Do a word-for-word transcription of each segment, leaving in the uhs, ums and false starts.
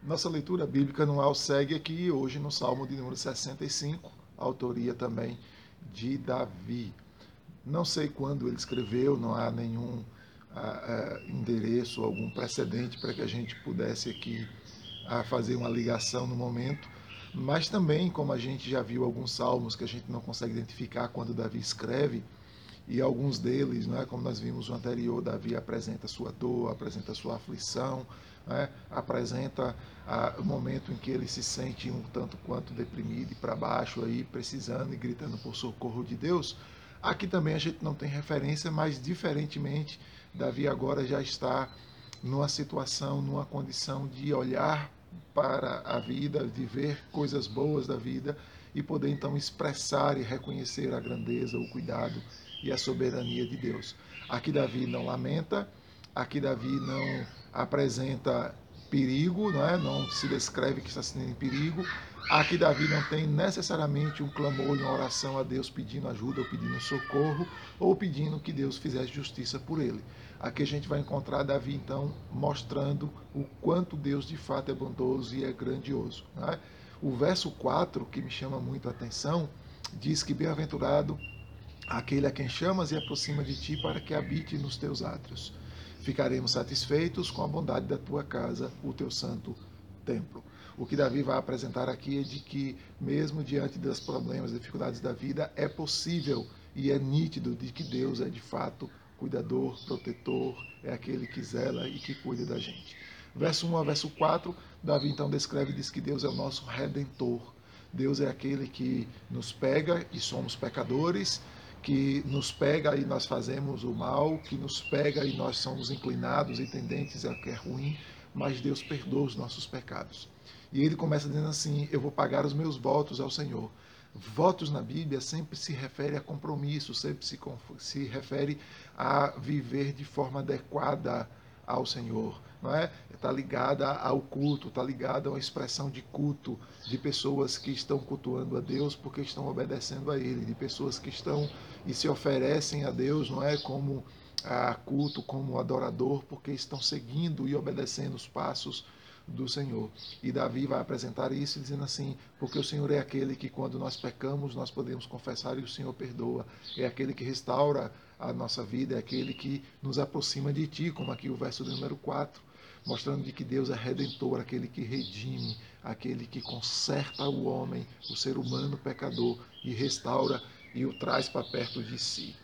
Nossa leitura bíblica anual segue aqui hoje no Salmo de número sessenta e cinco, autoria também de Davi. Não sei quando ele escreveu, não há nenhum ah, ah, endereço, algum precedente para que a gente pudesse aqui ah, fazer uma ligação no momento, mas também, como a gente já viu alguns salmos que a gente não consegue identificar quando Davi escreve, e alguns deles, né, como nós vimos no anterior, Davi apresenta sua dor, apresenta sua aflição, né, apresenta ah, o momento em que ele se sente um tanto quanto deprimido e para baixo, aí, precisando e gritando por socorro de Deus. Aqui também a gente não tem referência, mas diferentemente, Davi agora já está numa situação, numa condição de olhar para a vida, de ver coisas boas da vida e poder então expressar e reconhecer a grandeza, o cuidado e a soberania de Deus. Aqui Davi não lamenta, aqui Davi não apresenta perigo, não, é? Não se descreve que está sendo em perigo. Aqui Davi não tem necessariamente um clamor e uma oração a Deus pedindo ajuda ou pedindo socorro ou pedindo que Deus fizesse justiça por ele. Aqui a gente vai encontrar Davi então mostrando o quanto Deus de fato é bondoso e é grandioso. Não é? O verso quatro, que me chama muito a atenção, diz que bem-aventurado aquele a quem chamas e aproxima de ti para que habite nos teus átrios. Ficaremos satisfeitos com a bondade da tua casa, o teu santo templo. O que Davi vai apresentar aqui é de que, mesmo diante dos problemas, dificuldades da vida, é possível e é nítido de que Deus é de fato cuidador, protetor, é aquele que zela e que cuida da gente. Verso um a verso quatro, Davi então descreve e diz que Deus é o nosso redentor. Deus é aquele que nos pega e somos pecadores, que nos pega e nós fazemos o mal, que nos pega e nós somos inclinados e tendentes a que é ruim, mas Deus perdoa os nossos pecados. E ele começa dizendo assim: eu vou pagar os meus votos ao Senhor. Votos na Bíblia sempre se refere a compromisso, sempre se, se refere a viver de forma adequada ao Senhor, não é? Está ligada ao culto, está ligada a uma expressão de culto de pessoas que estão cultuando a Deus porque estão obedecendo a Ele, de pessoas que estão e se oferecem a Deus, não é, como a culto, como adorador, porque estão seguindo e obedecendo os passos do Senhor. E Davi vai apresentar isso dizendo assim: porque o Senhor é aquele que quando nós pecamos nós podemos confessar e o Senhor perdoa, é aquele que restaura a nossa vida, é aquele que nos aproxima de ti, como aqui o verso número quatro, mostrando de que Deus é redentor, aquele que redime, aquele que conserta o homem, o ser humano pecador, e restaura e o traz para perto de si.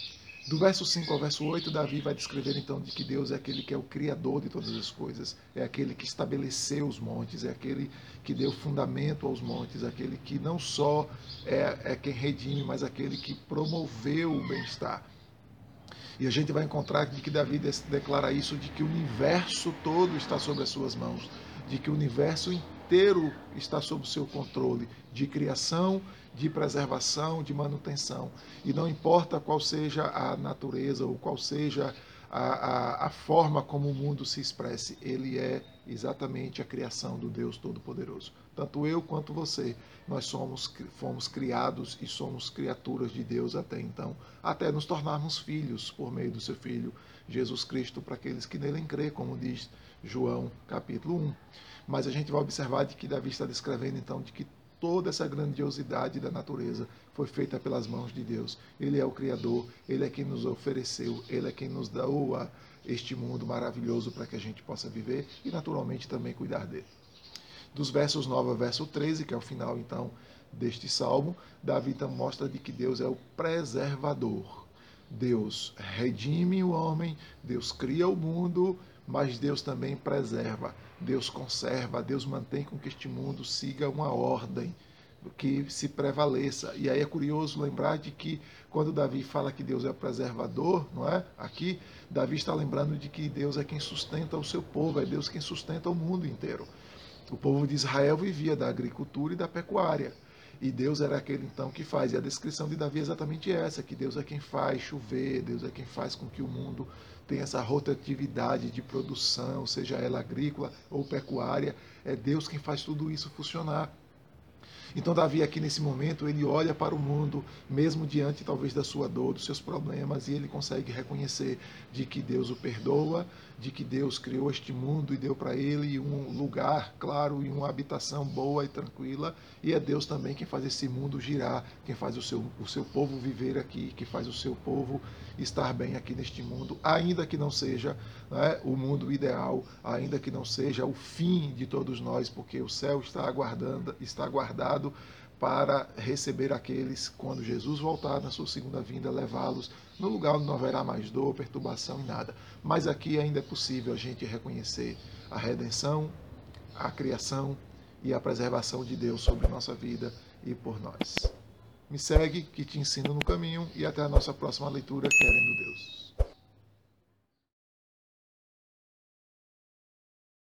Do verso cinco ao verso oito, Davi vai descrever então de que Deus é aquele que é o criador de todas as coisas, é aquele que estabeleceu os montes, é aquele que deu fundamento aos montes, é aquele que não só é, é quem redime, mas aquele que promoveu o bem-estar. E a gente vai encontrar de que Davi declara isso, de que o universo todo está sobre as suas mãos, de que o universo inteiro está sob o seu controle, de criação, de preservação, de manutenção. E não importa qual seja a natureza ou qual seja a, a, a forma como o mundo se expresse, ele é exatamente a criação do Deus Todo-Poderoso. Tanto eu quanto você, nós somos, fomos criados e somos criaturas de Deus até então, até nos tornarmos filhos por meio do seu Filho Jesus Cristo, para aqueles que nele crê, como diz João capítulo um. Mas a gente vai observar de que Davi está descrevendo então de que toda essa grandiosidade da natureza foi feita pelas mãos de Deus. Ele é o Criador, Ele é quem nos ofereceu, Ele é quem nos deu a este mundo maravilhoso para que a gente possa viver e naturalmente também cuidar dele. Dos versos nove ao verso treze, que é o final então deste salmo, Davi então mostra de que Deus é o preservador. Deus redime o homem, Deus cria o mundo, mas Deus também preserva, Deus conserva, Deus mantém com que este mundo siga uma ordem que se prevaleça. E aí é curioso lembrar de que quando Davi fala que Deus é o preservador, não é? Aqui, Davi está lembrando de que Deus é quem sustenta o seu povo, é Deus quem sustenta o mundo inteiro. O povo de Israel vivia da agricultura e da pecuária. E Deus era aquele então que faz. E a descrição de Davi é exatamente essa, que Deus é quem faz chover, Deus é quem faz com que o mundo tenha essa rotatividade de produção, seja ela agrícola ou pecuária. É Deus quem faz tudo isso funcionar. Então Davi aqui nesse momento, ele olha para o mundo, mesmo diante talvez da sua dor, dos seus problemas, e ele consegue reconhecer de que Deus o perdoa, de que Deus criou este mundo e deu para ele um lugar, claro, e uma habitação boa e tranquila, e é Deus também quem faz esse mundo girar, quem faz o seu, o seu povo viver aqui, que faz o seu povo estar bem aqui neste mundo, ainda que não seja, né, o mundo ideal, ainda que não seja o fim de todos nós, porque o céu está aguardando, está aguardado para receber aqueles, quando Jesus voltar na sua segunda vinda, levá-los no lugar onde não haverá mais dor, perturbação e nada. Mas aqui ainda é possível a gente reconhecer a redenção, a criação e a preservação de Deus sobre nossa vida e por nós. Me segue, que te ensino no caminho, e até a nossa próxima leitura, querendo Deus.